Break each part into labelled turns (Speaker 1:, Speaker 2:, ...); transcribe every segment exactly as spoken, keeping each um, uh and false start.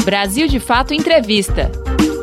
Speaker 1: Brasil de Fato Entrevista.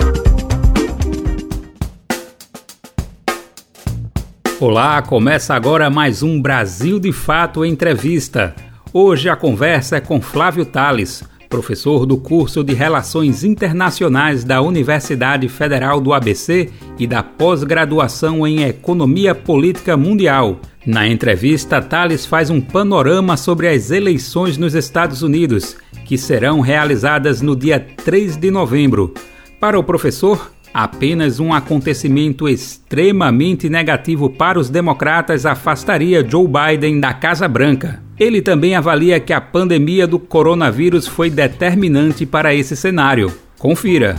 Speaker 2: Olá, começa agora mais um Brasil de Fato Entrevista. Hoje a conversa é com Flávio Tales, professor do curso de Relações Internacionais da Universidade Federal do A B C e da pós-graduação em Economia Política Mundial. Na entrevista, Tales faz um panorama sobre as eleições nos Estados Unidos, que serão realizadas no dia três de novembro. Para o professor, apenas um acontecimento extremamente negativo para os democratas afastaria Joe Biden da Casa Branca. Ele também avalia que a pandemia do coronavírus foi determinante para esse cenário. Confira.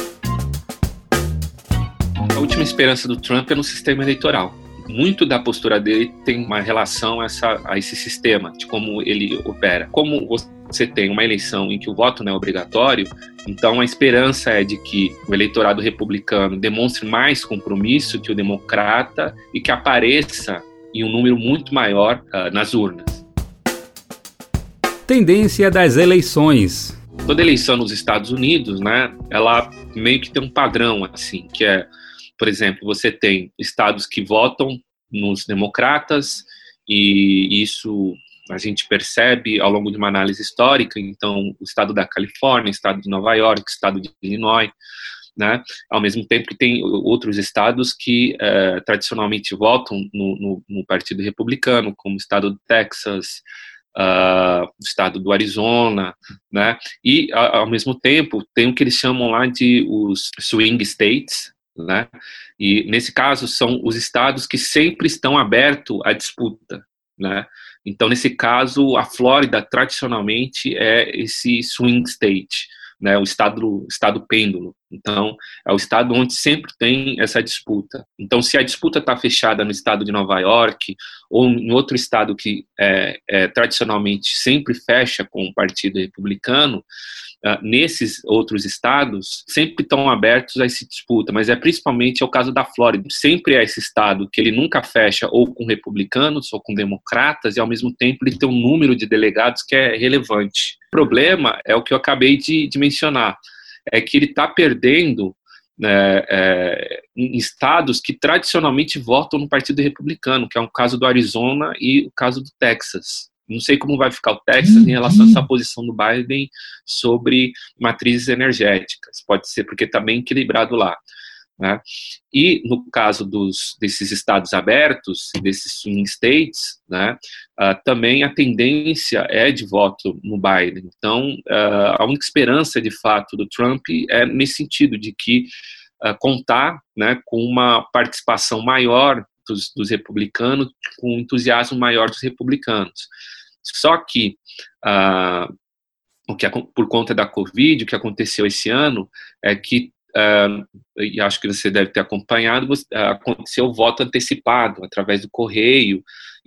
Speaker 3: A última esperança do Trump é no sistema eleitoral. Muito da postura dele tem uma relação a, essa, a esse sistema, de como ele opera. Como você tem uma eleição em que o voto não é obrigatório, então a esperança é de que o eleitorado republicano demonstre mais compromisso que o democrata e que apareça em um número muito maior uh, nas urnas.
Speaker 2: Tendência das eleições.
Speaker 3: Toda eleição nos Estados Unidos, né, ela meio que tem um padrão, assim, que é, por exemplo, você tem estados que votam nos democratas e isso a gente percebe ao longo de uma análise histórica. Então, o estado da Califórnia, o estado de Nova York, o estado de Illinois, né? Ao mesmo tempo que tem outros estados que eh, tradicionalmente votam no, no, no Partido Republicano, como o estado do Texas, uh, o estado do Arizona, né? E, a, ao mesmo tempo, tem o que eles chamam lá de os swing states, né? E, nesse caso, são os estados que sempre estão abertos à disputa, né? Então, nesse caso, a Flórida, tradicionalmente, é esse swing state, né, o estado, estado pêndulo. Então, é o estado onde sempre tem essa disputa. Então, se a disputa está fechada no estado de Nova York ou em outro estado que é, é, tradicionalmente sempre fecha com o Partido Republicano, uh, nesses outros estados sempre estão abertos a essa disputa, mas é principalmente é o caso da Flórida. Sempre é esse estado que ele nunca fecha ou com republicanos ou com democratas e, ao mesmo tempo, ele tem um número de delegados que é relevante. O problema é o que eu acabei de, de mencionar, é que ele está perdendo né, é, em estados que tradicionalmente votam no Partido Republicano, que é o caso do Arizona e o caso do Texas. Não sei como vai ficar o Texas em relação a essa posição do Biden sobre matrizes energéticas. Pode ser porque está bem equilibrado lá, né? E no caso dos, desses estados abertos, desses swing states, né, uh, também a tendência é de voto no Biden. Então, uh, a única esperança, de fato, do Trump é nesse sentido, de que uh, contar né, com uma participação maior dos, dos republicanos, com um entusiasmo maior dos republicanos. Só que, uh, o que por conta da Covid, o que aconteceu esse ano é que Uh, e acho que você deve ter acompanhado, uh, aconteceu o voto antecipado através do correio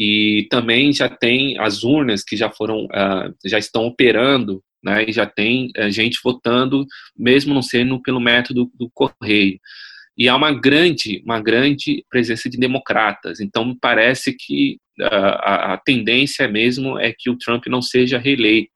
Speaker 3: e também já tem as urnas que já foram, uh, já estão operando, né, e já tem uh, gente votando, mesmo não sendo pelo método do correio. E há uma grande, uma grande presença de democratas, então me parece que uh, a, a tendência mesmo é que o Trump não seja reeleito.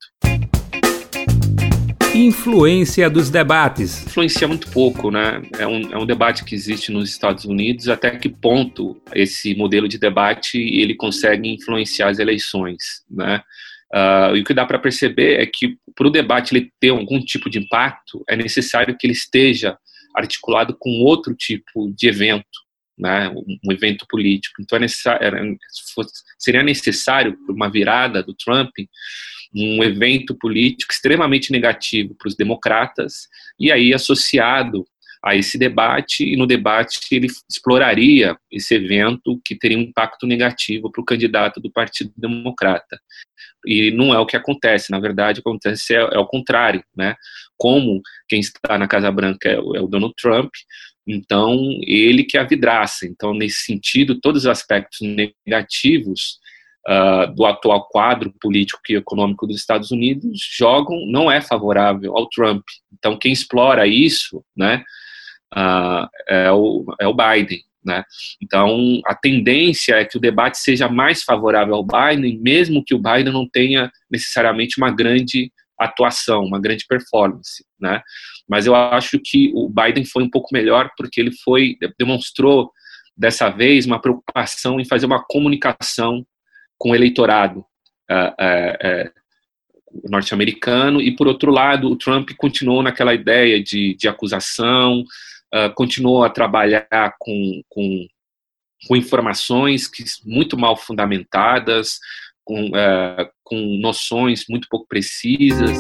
Speaker 2: Influência dos debates.
Speaker 3: Influencia muito pouco, né? É um, é um debate que existe nos Estados Unidos. Até que ponto esse modelo de debate ele consegue influenciar as eleições, né? Uh, e o que dá para perceber é que para o debate ele ter algum tipo de impacto, é necessário que ele esteja articulado com outro tipo de evento, né? Um, um evento político. Então é necessário, seria necessário para uma virada do Trump um evento político extremamente negativo para os democratas, e aí associado a esse debate, e no debate ele exploraria esse evento que teria um impacto negativo para o candidato do Partido Democrata. E não é o que acontece, na verdade, o que acontece é, é o contrário, né? Como quem está na Casa Branca é, é o Donald Trump, então ele que é a vidraça. Então, nesse sentido, todos os aspectos negativos Uh, do atual quadro político e econômico dos Estados Unidos jogam, não é favorável ao Trump. Então, quem explora isso, né, uh, é, o, é o Biden, né? Então, a tendência é que o debate seja mais favorável ao Biden, mesmo que o Biden não tenha necessariamente uma grande atuação, uma grande performance, né? Mas eu acho que o Biden foi um pouco melhor porque ele foi, demonstrou dessa vez uma preocupação em fazer uma comunicação com o eleitorado uh, uh, uh, norte-americano, e por outro lado o Trump continuou naquela ideia de, de acusação, uh, continuou a trabalhar com, com, com informações que, muito mal fundamentadas, com, uh, com noções muito pouco precisas.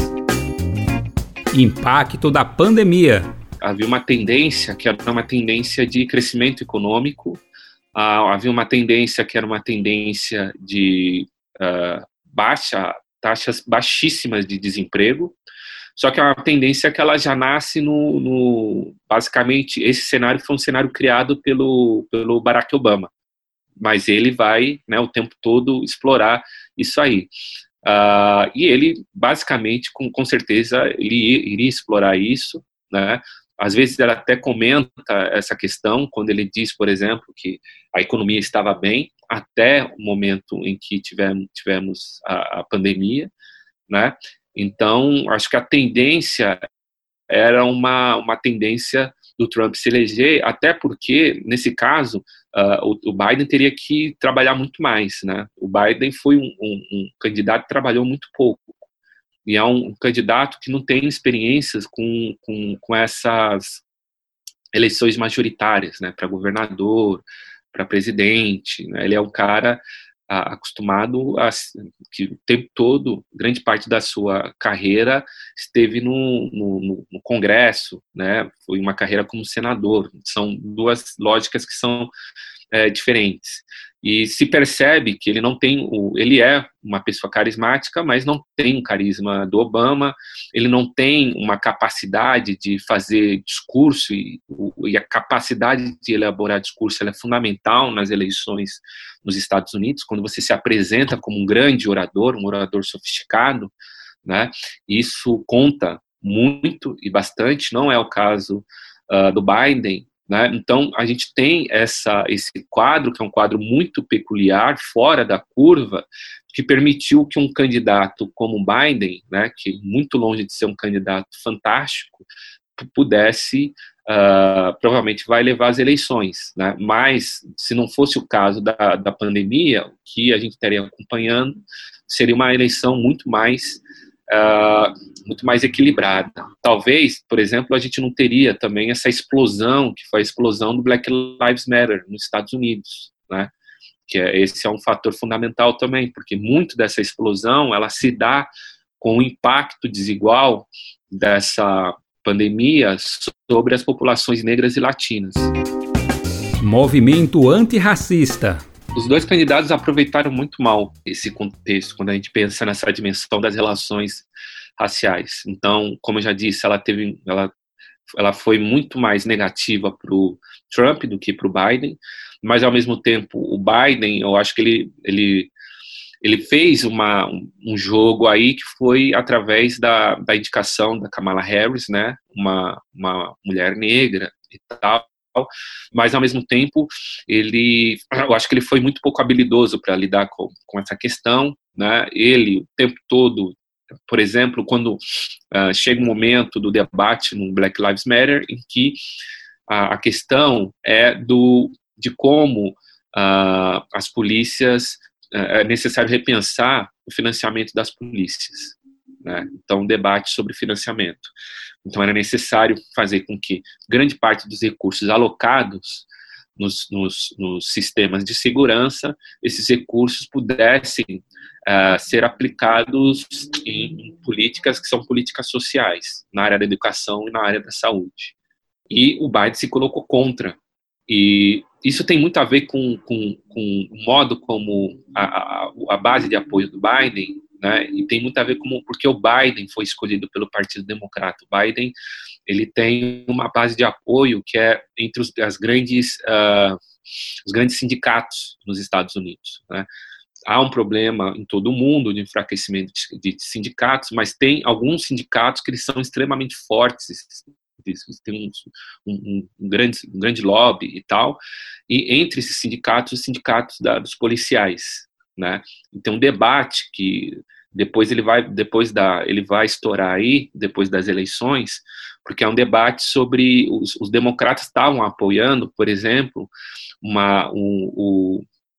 Speaker 2: Impacto da pandemia.
Speaker 3: Havia uma tendência que era uma tendência de crescimento econômico, uh, havia uma tendência que era uma tendência de uh, baixa, taxas baixíssimas de desemprego, só que é uma tendência que ela já nasce no, no... Basicamente, esse cenário foi um cenário criado pelo, pelo Barack Obama, mas ele vai, né, o tempo todo explorar isso aí. Uh, e ele, basicamente, com, com certeza, ele iria explorar isso, né? Às vezes ele até comenta essa questão quando ele diz, por exemplo, que a economia estava bem até o momento em que tivemos, tivemos a, a pandemia, né? Então, acho que a tendência era uma, uma tendência do Trump se eleger, até porque, nesse caso, uh, o, o Biden teria que trabalhar muito mais, né? O Biden foi um, um, um candidato que trabalhou muito pouco. E é um, um candidato que não tem experiências com, com, com essas eleições majoritárias, né, para governador, para presidente, né? Ele é um cara a, acostumado a que o tempo todo, grande parte da sua carreira esteve no, no, no Congresso, né? Foi uma carreira como senador. São duas lógicas que são é, diferentes. E se percebe que ele não tem, o, ele é uma pessoa carismática, mas não tem o carisma do Obama, ele não tem uma capacidade de fazer discurso, e, o, e a capacidade de elaborar discurso ela é fundamental nas eleições nos Estados Unidos, quando você se apresenta como um grande orador, um orador sofisticado, né, isso conta muito e bastante, não é o caso uh, do Biden, né? Então, a gente tem essa, esse quadro, que é um quadro muito peculiar, fora da curva, que permitiu que um candidato como Biden, né, que muito longe de ser um candidato fantástico, pudesse, uh, provavelmente vai levar as eleições, né? Mas, se não fosse o caso da, da pandemia, o que a gente estaria acompanhando seria uma eleição muito mais Uh, muito mais equilibrada. Talvez, por exemplo, a gente não teria também essa explosão, que foi a explosão do Black Lives Matter nos Estados Unidos, né? Que é, esse é um fator fundamental também, porque muito dessa explosão, ela se dá com o impacto desigual dessa pandemia sobre as populações negras e latinas.
Speaker 2: Movimento antirracista.
Speaker 3: Os dois candidatos aproveitaram muito mal esse contexto, quando a gente pensa nessa dimensão das relações raciais. Então, como eu já disse, ela, teve, ela, ela foi muito mais negativa para o Trump do que para o Biden, mas, ao mesmo tempo, o Biden, eu acho que ele, ele, ele fez uma, um jogo aí que foi através da, da indicação da Kamala Harris, né, uma, uma mulher negra e tal, mas, ao mesmo tempo, ele, eu acho que ele foi muito pouco habilidoso para lidar com, com essa questão, né? Ele, o tempo todo, por exemplo, quando uh, chega um momento do debate no Black Lives Matter, em que a, a questão é do, de como uh, as polícias, uh, é necessário repensar o financiamento das polícias, né? Então, um debate sobre financiamento. Então, era necessário fazer com que grande parte dos recursos alocados nos, nos, nos sistemas de segurança, esses recursos pudessem uh, ser aplicados em, em políticas que são políticas sociais, na área da educação e na área da saúde. E o Biden se colocou contra. E isso tem muito a ver com, com, com o modo como a, a, a base de apoio do Biden, né, e tem muito a ver com porque o Biden foi escolhido pelo Partido Democrata. O Biden, ele tem uma base de apoio que é entre os, as grandes, uh, os grandes sindicatos nos Estados Unidos, né. Há um problema em todo o mundo de enfraquecimento de, de sindicatos, mas tem alguns sindicatos que eles são extremamente fortes, tem um, um, um, grande, um grande lobby e tal, e entre esses sindicatos, os sindicatos da, dos policiais, né? Então, um debate que depois ele vai, depois da, ele vai estourar aí, depois das eleições, porque é um debate sobre, os, os democratas estavam apoiando, por exemplo, uma, um, o,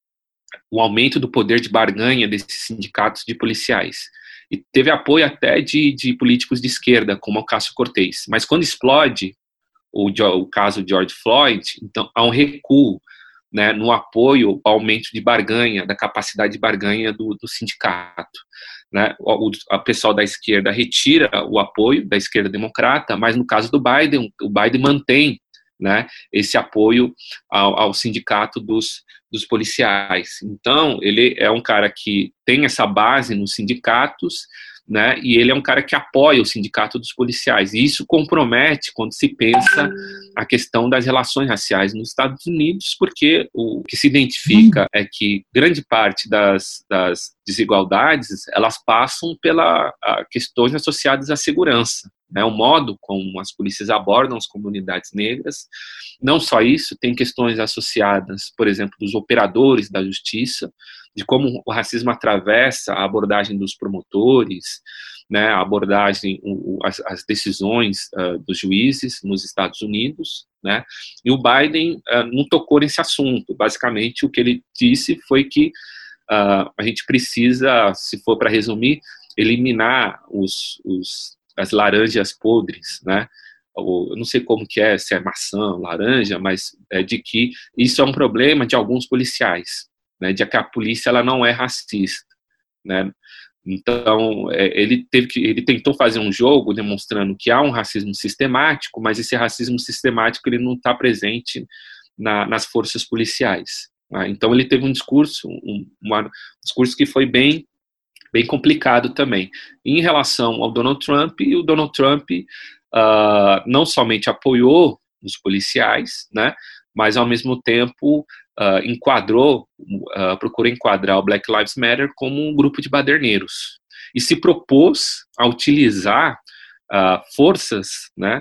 Speaker 3: o aumento do poder de barganha desses sindicatos de policiais. E teve apoio até de, de políticos de esquerda, como o Cássio Cortez. Mas quando explode o, o caso George Floyd, então há um recuo, né, no apoio ao aumento de barganha, da capacidade de barganha do, do sindicato. Né? O, o pessoal da esquerda retira o apoio da esquerda democrata, mas no caso do Biden, o Biden mantém, né, esse apoio ao, ao sindicato dos, dos policiais. Então, ele é um cara que tem essa base nos sindicatos, né, e ele é um cara que apoia o sindicato dos policiais. E isso compromete quando se pensa a questão das relações raciais nos Estados Unidos, porque o que se identifica é que grande parte das, das desigualdades, elas passam pelas questões associadas à segurança. Né, o modo como as polícias abordam as comunidades negras. Não só isso, tem questões associadas, por exemplo, dos operadores da justiça, de como o racismo atravessa a abordagem dos promotores, né, a abordagem, o, as, as decisões uh, dos juízes nos Estados Unidos, né, e o Biden uh, não tocou nesse assunto. Basicamente, o que ele disse foi que uh, a gente precisa, se for para resumir, eliminar os, os as laranjas podres, né? Eu não sei como que é, se é maçã, laranja, mas é de que isso é um problema de alguns policiais, né? De que a polícia ela não é racista, né? Então é, ele teve que, ele tentou fazer um jogo demonstrando que há um racismo sistemático, mas esse racismo sistemático ele não está presente na, nas forças policiais. Né? Então ele teve um discurso, um, uma, um discurso que foi bem bem complicado também. Em relação ao Donald Trump, o Donald Trump uh, não somente apoiou os policiais, né, mas ao mesmo tempo uh, enquadrou, uh, procurou enquadrar o Black Lives Matter como um grupo de baderneiros e se propôs a utilizar uh, forças, né,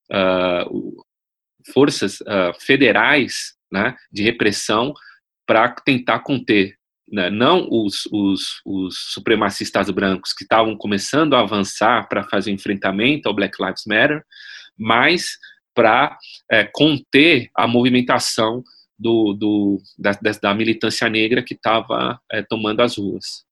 Speaker 3: uh, forças uh, federais, né, de repressão para tentar conter, né, não os, os, os supremacistas brancos que estavam começando a avançar para fazer enfrentamento ao Black Lives Matter, mas para é, conter a movimentação do, do, da, da militância negra que estava é, tomando as ruas.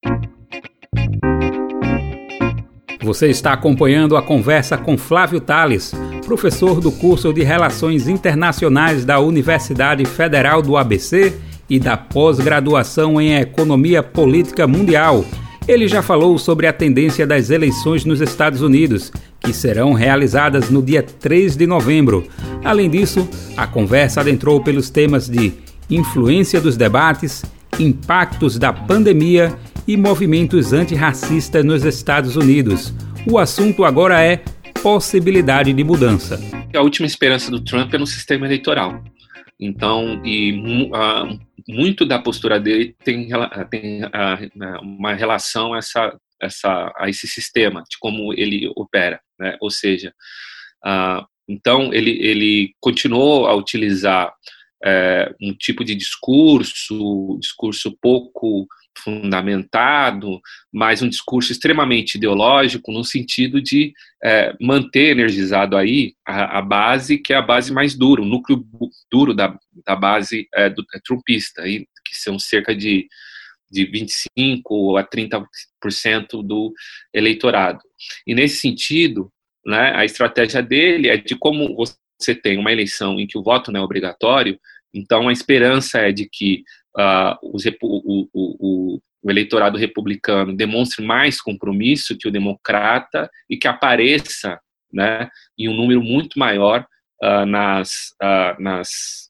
Speaker 2: Você está acompanhando a conversa com Flávio Tales, professor do curso de Relações Internacionais da Universidade Federal do A B C e da pós-graduação em Economia Política Mundial. Ele já falou sobre a tendência das eleições nos Estados Unidos, que serão realizadas no dia três de novembro. Além disso, a conversa adentrou pelos temas de influência dos debates, impactos da pandemia e movimentos antirracistas nos Estados Unidos. O assunto agora é possibilidade de mudança.
Speaker 3: A última esperança do Trump é no sistema eleitoral. Então, e uh, muito da postura dele tem, tem uh, uma relação a, essa, essa, a esse sistema, de como ele opera, né? Ou seja, uh, então ele, ele continuou a utilizar uh, um tipo de discurso, discurso pouco fundamentado, mas um discurso extremamente ideológico no sentido de é, manter energizado aí a, a base, que é a base mais dura, o núcleo duro da, da base é, do, é, trumpista, aí, que são cerca de, de vinte e cinco a trinta por cento do eleitorado. E nesse sentido, né, a estratégia dele é de como você tem uma eleição em que o voto não é obrigatório, então a esperança é de que Uh, os, o, o, o, o eleitorado republicano demonstre mais compromisso que o democrata e que apareça, né, em um número muito maior uh, nas, uh, nas,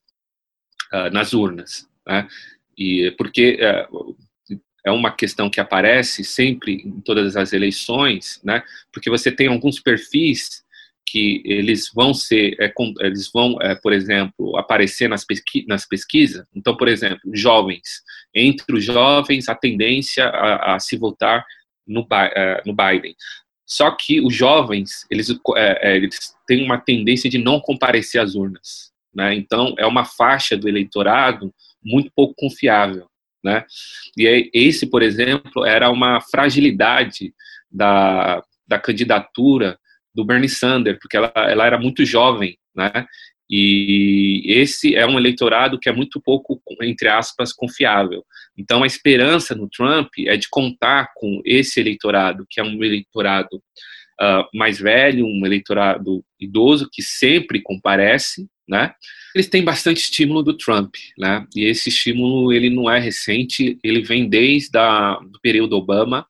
Speaker 3: uh, nas urnas. Né? E, porque uh, é uma questão que aparece sempre em todas as eleições, né, porque você tem alguns perfis que eles vão ser, é, eles vão, é, por exemplo, aparecer nas, pesqui nas pesquisas. Então, por exemplo, jovens. Entre os jovens, a tendência a, a se votar no, uh, no Biden. Só que os jovens, eles, é, eles têm uma tendência de não comparecer às urnas. Né? Então, é uma faixa do eleitorado muito pouco confiável. né? E aí, esse, por exemplo, era uma fragilidade da, da candidatura do Bernie Sanders, porque ela, ela era muito jovem, né? E esse é um eleitorado que é muito pouco, entre aspas, confiável. Então, a esperança no Trump é de contar com esse eleitorado, que é um eleitorado uh, mais velho, um eleitorado idoso, que sempre comparece, né? Eles têm bastante estímulo do Trump, né? E esse estímulo, ele não é recente, ele vem desde a, do período Obama.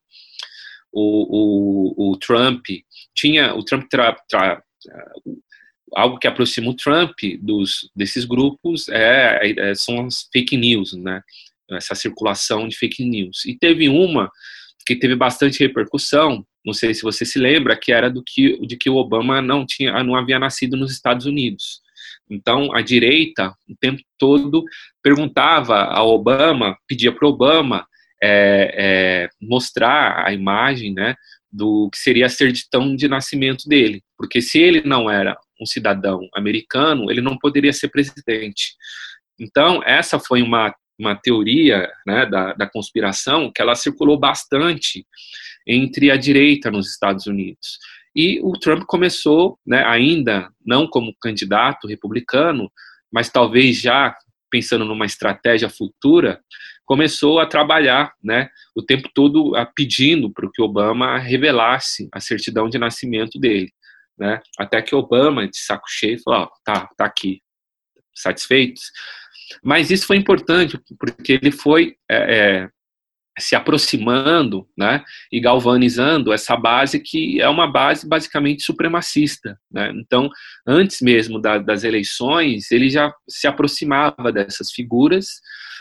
Speaker 3: O, o, o Trump tinha, o Trump tra, tra, algo que aproxima o Trump dos, desses grupos é, é, são as fake news, né? Essa circulação de fake news. E teve uma que teve bastante repercussão, não sei se você se lembra, que era do que, de que o Obama não, tinha, não havia nascido nos Estados Unidos. Então, a direita, o tempo todo, perguntava ao Obama, pedia para o Obama é, é, mostrar a imagem, né, do que seria a certidão de nascimento dele. Porque se ele não era um cidadão americano, ele não poderia ser presidente. Então, essa foi uma, uma teoria, né, da, da conspiração que ela circulou bastante entre a direita nos Estados Unidos. E o Trump começou, né, ainda não como candidato republicano, mas talvez já pensando numa estratégia futura, começou a trabalhar, né, o tempo todo a, pedindo para que Obama revelasse a certidão de nascimento dele, né, até que Obama, de saco cheio, falou, oh, tá, tá aqui, satisfeitos? Mas isso foi importante, porque ele foi é, é, se aproximando, né, e galvanizando essa base que é uma base basicamente supremacista, né? Então, antes mesmo da, das eleições, ele já se aproximava dessas figuras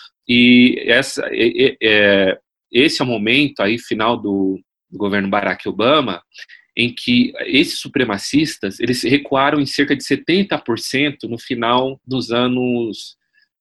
Speaker 3: e essa, é, é, esse é o momento aí final do, do governo Barack Obama em que esses supremacistas eles recuaram em cerca de setenta por cento no final dos anos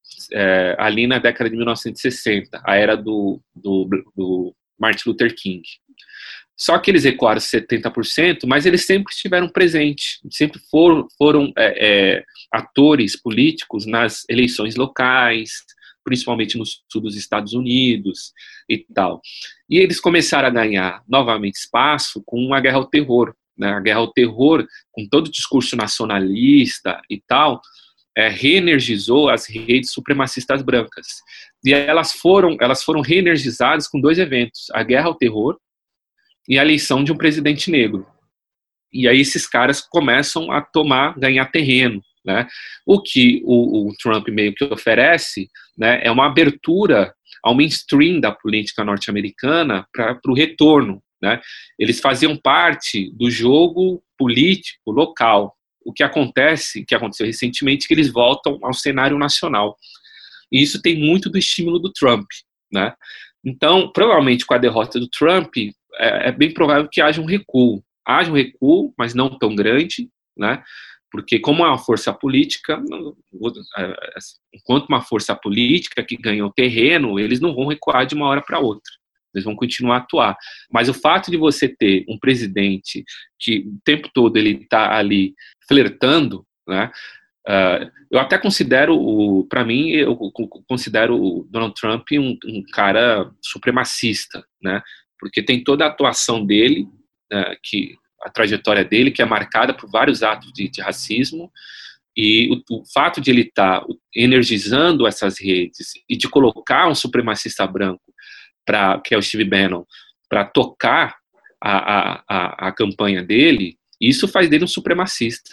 Speaker 3: É, ali na década de mil novecentos e sessenta, a era do, do, do Martin Luther King. Só que eles recuaram setenta por cento, mas eles sempre estiveram presentes, sempre foram, foram é, é, atores políticos nas eleições locais, principalmente no sul dos Estados Unidos e tal. E eles começaram a ganhar novamente espaço com a guerra ao terror, né? A guerra ao terror, com todo o discurso nacionalista e tal, É, reenergizou as redes supremacistas brancas. E elas foram, elas foram reenergizadas com dois eventos, a guerra ao terror e a eleição de um presidente negro. E aí esses caras começam a tomar, ganhar terreno, né? O que o, o Trump meio que oferece, né, é uma abertura ao mainstream da política norte-americana para o retorno, né? Eles faziam parte do jogo político local. O que acontece, que aconteceu recentemente, é que eles voltam ao cenário nacional. E isso tem muito do estímulo do Trump, né? Então, provavelmente com a derrota do Trump, é, é bem provável que haja um recuo. Haja um recuo, mas não tão grande, né? Porque como é uma força política, enquanto uma força política que ganhou terreno, eles não vão recuar de uma hora para outra. Eles vão continuar a atuar. Mas o fato de você ter um presidente que o tempo todo ele está ali flertando, né? Uh, eu até considero, para mim, eu considero o Donald Trump um, um cara supremacista, né? Porque tem toda a atuação dele, uh, que, a trajetória dele, que é marcada por vários atos de, de racismo, e o, o fato de ele estar tá energizando essas redes e de colocar um supremacista branco, pra, que é o Steve Bannon, para tocar a, a, a, a campanha dele, isso faz dele um supremacista.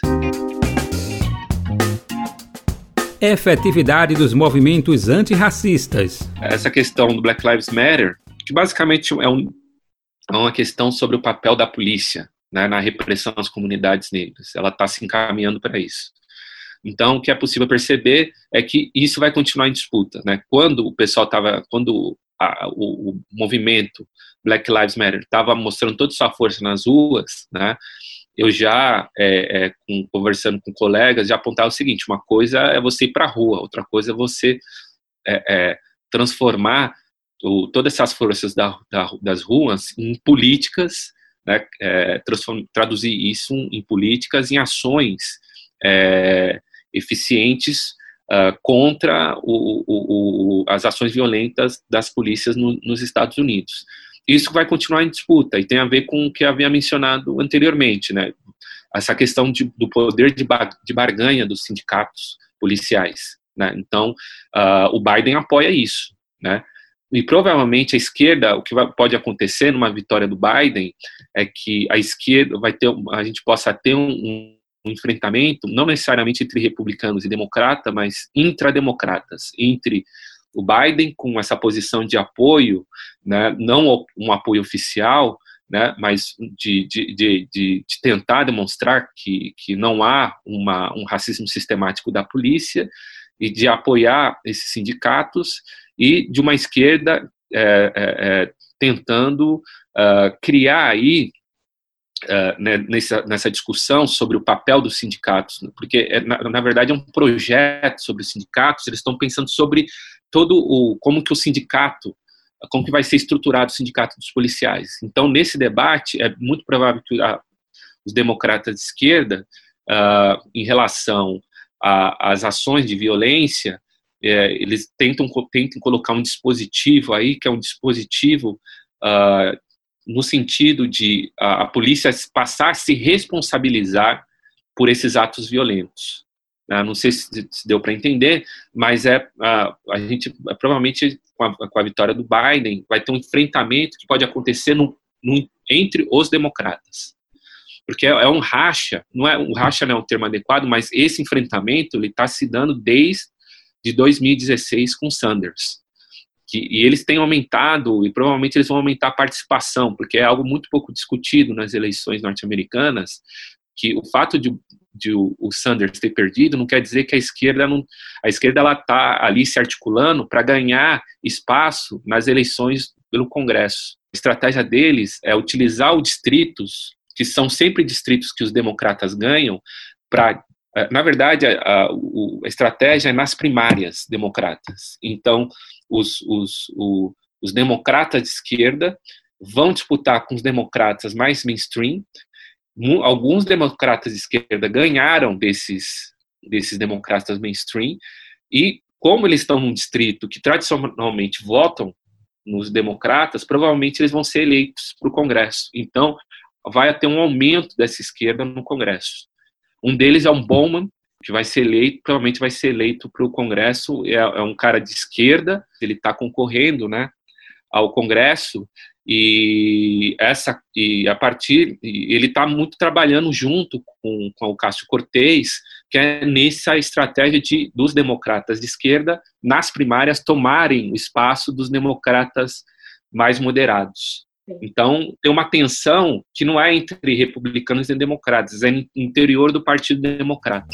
Speaker 2: Efetividade dos movimentos antirracistas.
Speaker 3: Essa questão do Black Lives Matter, que basicamente é, um, é uma questão sobre o papel da polícia, né, na repressão às comunidades negras. Ela está se encaminhando para isso. Então, o que é possível perceber é que isso vai continuar em disputa, né? Quando o pessoal estava, quando a, o, o movimento Black Lives Matter estava mostrando toda a sua força nas ruas, né? Eu já, é, é, com, conversando com colegas, já apontava o seguinte: uma coisa é você ir para a rua, outra coisa é você é, é, transformar o, todas essas forças da, da, das ruas em políticas, né, é, traduzir isso em políticas, em ações é, eficientes uh, contra o, o, o, as ações violentas das polícias no, nos Estados Unidos. Isso vai continuar em disputa e tem a ver com o que eu havia mencionado anteriormente, né? Essa questão de, do poder de, bar, de barganha dos sindicatos policiais, né? Então, uh, o Biden apoia isso, né? E provavelmente a esquerda, o que vai, pode acontecer numa vitória do Biden é que a esquerda vai ter, a gente possa ter um, um, um enfrentamento, não necessariamente entre republicanos e democratas, mas intrademocratas, entre o Biden com essa posição de apoio, né, não um apoio oficial, né, mas de, de, de, de, de tentar demonstrar que, que não há uma, um racismo sistemático da polícia e de apoiar esses sindicatos, e de uma esquerda é, é, tentando uh, criar aí, uh, né, nessa, nessa discussão sobre o papel dos sindicatos, porque, é, na, na verdade, é um projeto sobre os sindicatos, eles estão pensando sobre todo o, como que o sindicato, como que vai ser estruturado o sindicato dos policiais. Então, nesse debate, é muito provável que a, os democratas de esquerda, uh, em relação às ações de violência, É, eles tentam, tentam colocar um dispositivo aí, que é um dispositivo uh, no sentido de a, a polícia passar a se responsabilizar por esses atos violentos. Uh, não sei se, se deu para entender, mas é, uh, a gente uh, provavelmente com a, com a vitória do Biden vai ter um enfrentamento que pode acontecer no, no, entre os democratas. Porque é, é um racha, não é um racha não é um termo adequado, mas esse enfrentamento ele está se dando desde de dois mil e dezesseis com Sanders, que, e eles têm aumentado, e provavelmente eles vão aumentar a participação, porque é algo muito pouco discutido nas eleições norte-americanas, que o fato de, de o, o Sanders ter perdido não quer dizer que a esquerda não, a esquerda ela está ali se articulando para ganhar espaço nas eleições pelo Congresso. A estratégia deles é utilizar os distritos, que são sempre distritos que os democratas ganham, para na verdade, a, a, a estratégia é nas primárias democratas. Então, os, os, os, os democratas de esquerda vão disputar com os democratas mais mainstream. Alguns democratas de esquerda ganharam desses, desses democratas mainstream, e como eles estão num distrito que tradicionalmente votam nos democratas, provavelmente eles vão ser eleitos para o Congresso. Então, vai ter um aumento dessa esquerda no Congresso. Um deles é um Bowman, que vai ser eleito, provavelmente vai ser eleito para o Congresso, é, é um cara de esquerda, ele está concorrendo, né, ao Congresso, e, essa, e a partir, ele está muito trabalhando junto com, com o Cássio Cortez, que é nessa estratégia de, dos democratas de esquerda, nas primárias, tomarem o espaço dos democratas mais moderados. Então, tem uma tensão que não é entre republicanos e democratas, é no interior do Partido Democrata.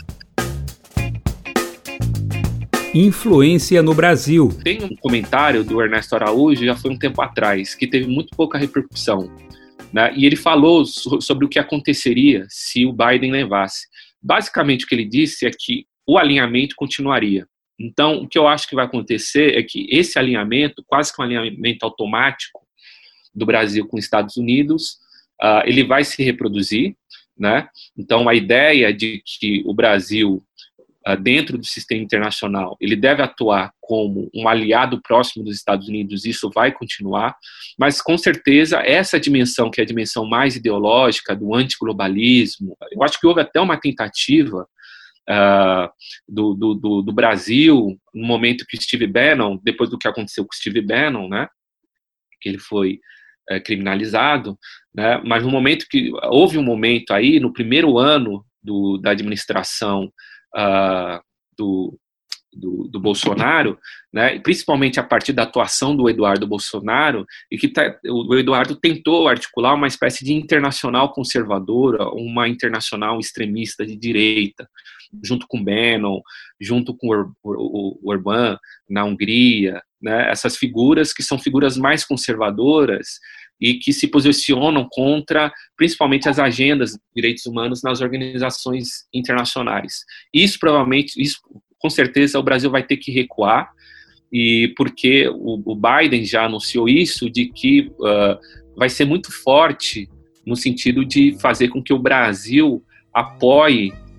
Speaker 2: Influência no Brasil.
Speaker 3: Tem um comentário do Ernesto Araújo, já foi um tempo atrás, que teve muito pouca repercussão, né? E ele falou so- sobre o que aconteceria se o Biden levasse. Basicamente, o que ele disse é que o alinhamento continuaria. Então, o que eu acho que vai acontecer é que esse alinhamento, quase que um alinhamento automático, do Brasil com os Estados Unidos, uh, ele vai se reproduzir, né? Então, a ideia de que o Brasil, uh, dentro do sistema internacional, ele deve atuar como um aliado próximo dos Estados Unidos, isso vai continuar, mas, com certeza, essa dimensão, que é a dimensão mais ideológica, do antiglobalismo, eu acho que houve até uma tentativa uh, do, do, do, do Brasil, no momento que Steve Bannon, depois do que aconteceu com Steve Bannon, né? Que ele foi É, criminalizado, né? Mas no momento que houve um momento aí, no primeiro ano do, da administração uh, do, do, do Bolsonaro, né? Principalmente a partir da atuação do Eduardo Bolsonaro, e que tá, o Eduardo tentou articular uma espécie de internacional conservadora, uma internacional extremista de direita, junto com Bannon, junto com o, o, o Orbán na Hungria, né, essas figuras que são figuras mais conservadoras e que se posicionam contra, principalmente, as agendas de direitos humanos nas organizações internacionais. Isso, provavelmente, isso, com certeza, o Brasil vai ter que recuar, e porque o, o Biden já anunciou isso, de que uh, vai ser muito forte no sentido de fazer com que o Brasil apoie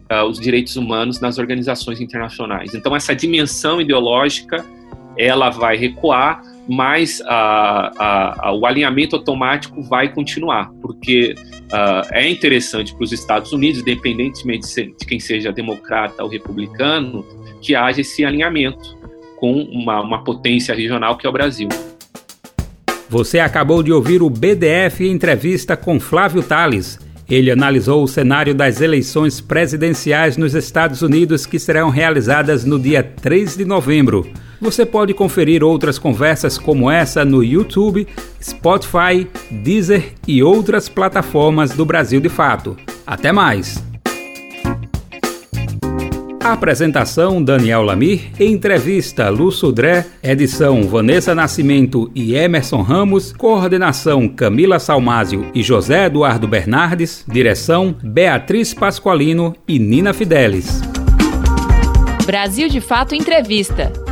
Speaker 3: uh, os direitos humanos nas organizações internacionais. Então, essa dimensão ideológica, ela vai recuar, mas uh, uh, uh, o alinhamento automático vai continuar, porque uh, é interessante para os Estados Unidos, independentemente de quem seja democrata ou republicano, que haja esse alinhamento com uma, uma potência regional que é o Brasil.
Speaker 2: Você acabou de ouvir o B D F Entrevista com Flávio Tales. Ele analisou o cenário das eleições presidenciais nos Estados Unidos que serão realizadas no dia três de novembro. Você pode conferir outras conversas como essa no YouTube, Spotify, Deezer e outras plataformas do Brasil de Fato. Até mais! Apresentação Daniel Lamir, entrevista Lu Sudré, edição Vanessa Nascimento e Emerson Ramos, coordenação Camila Salmásio e José Eduardo Bernardes, direção Beatriz Pasqualino e Nina Fidelis.
Speaker 1: Brasil de Fato Entrevista.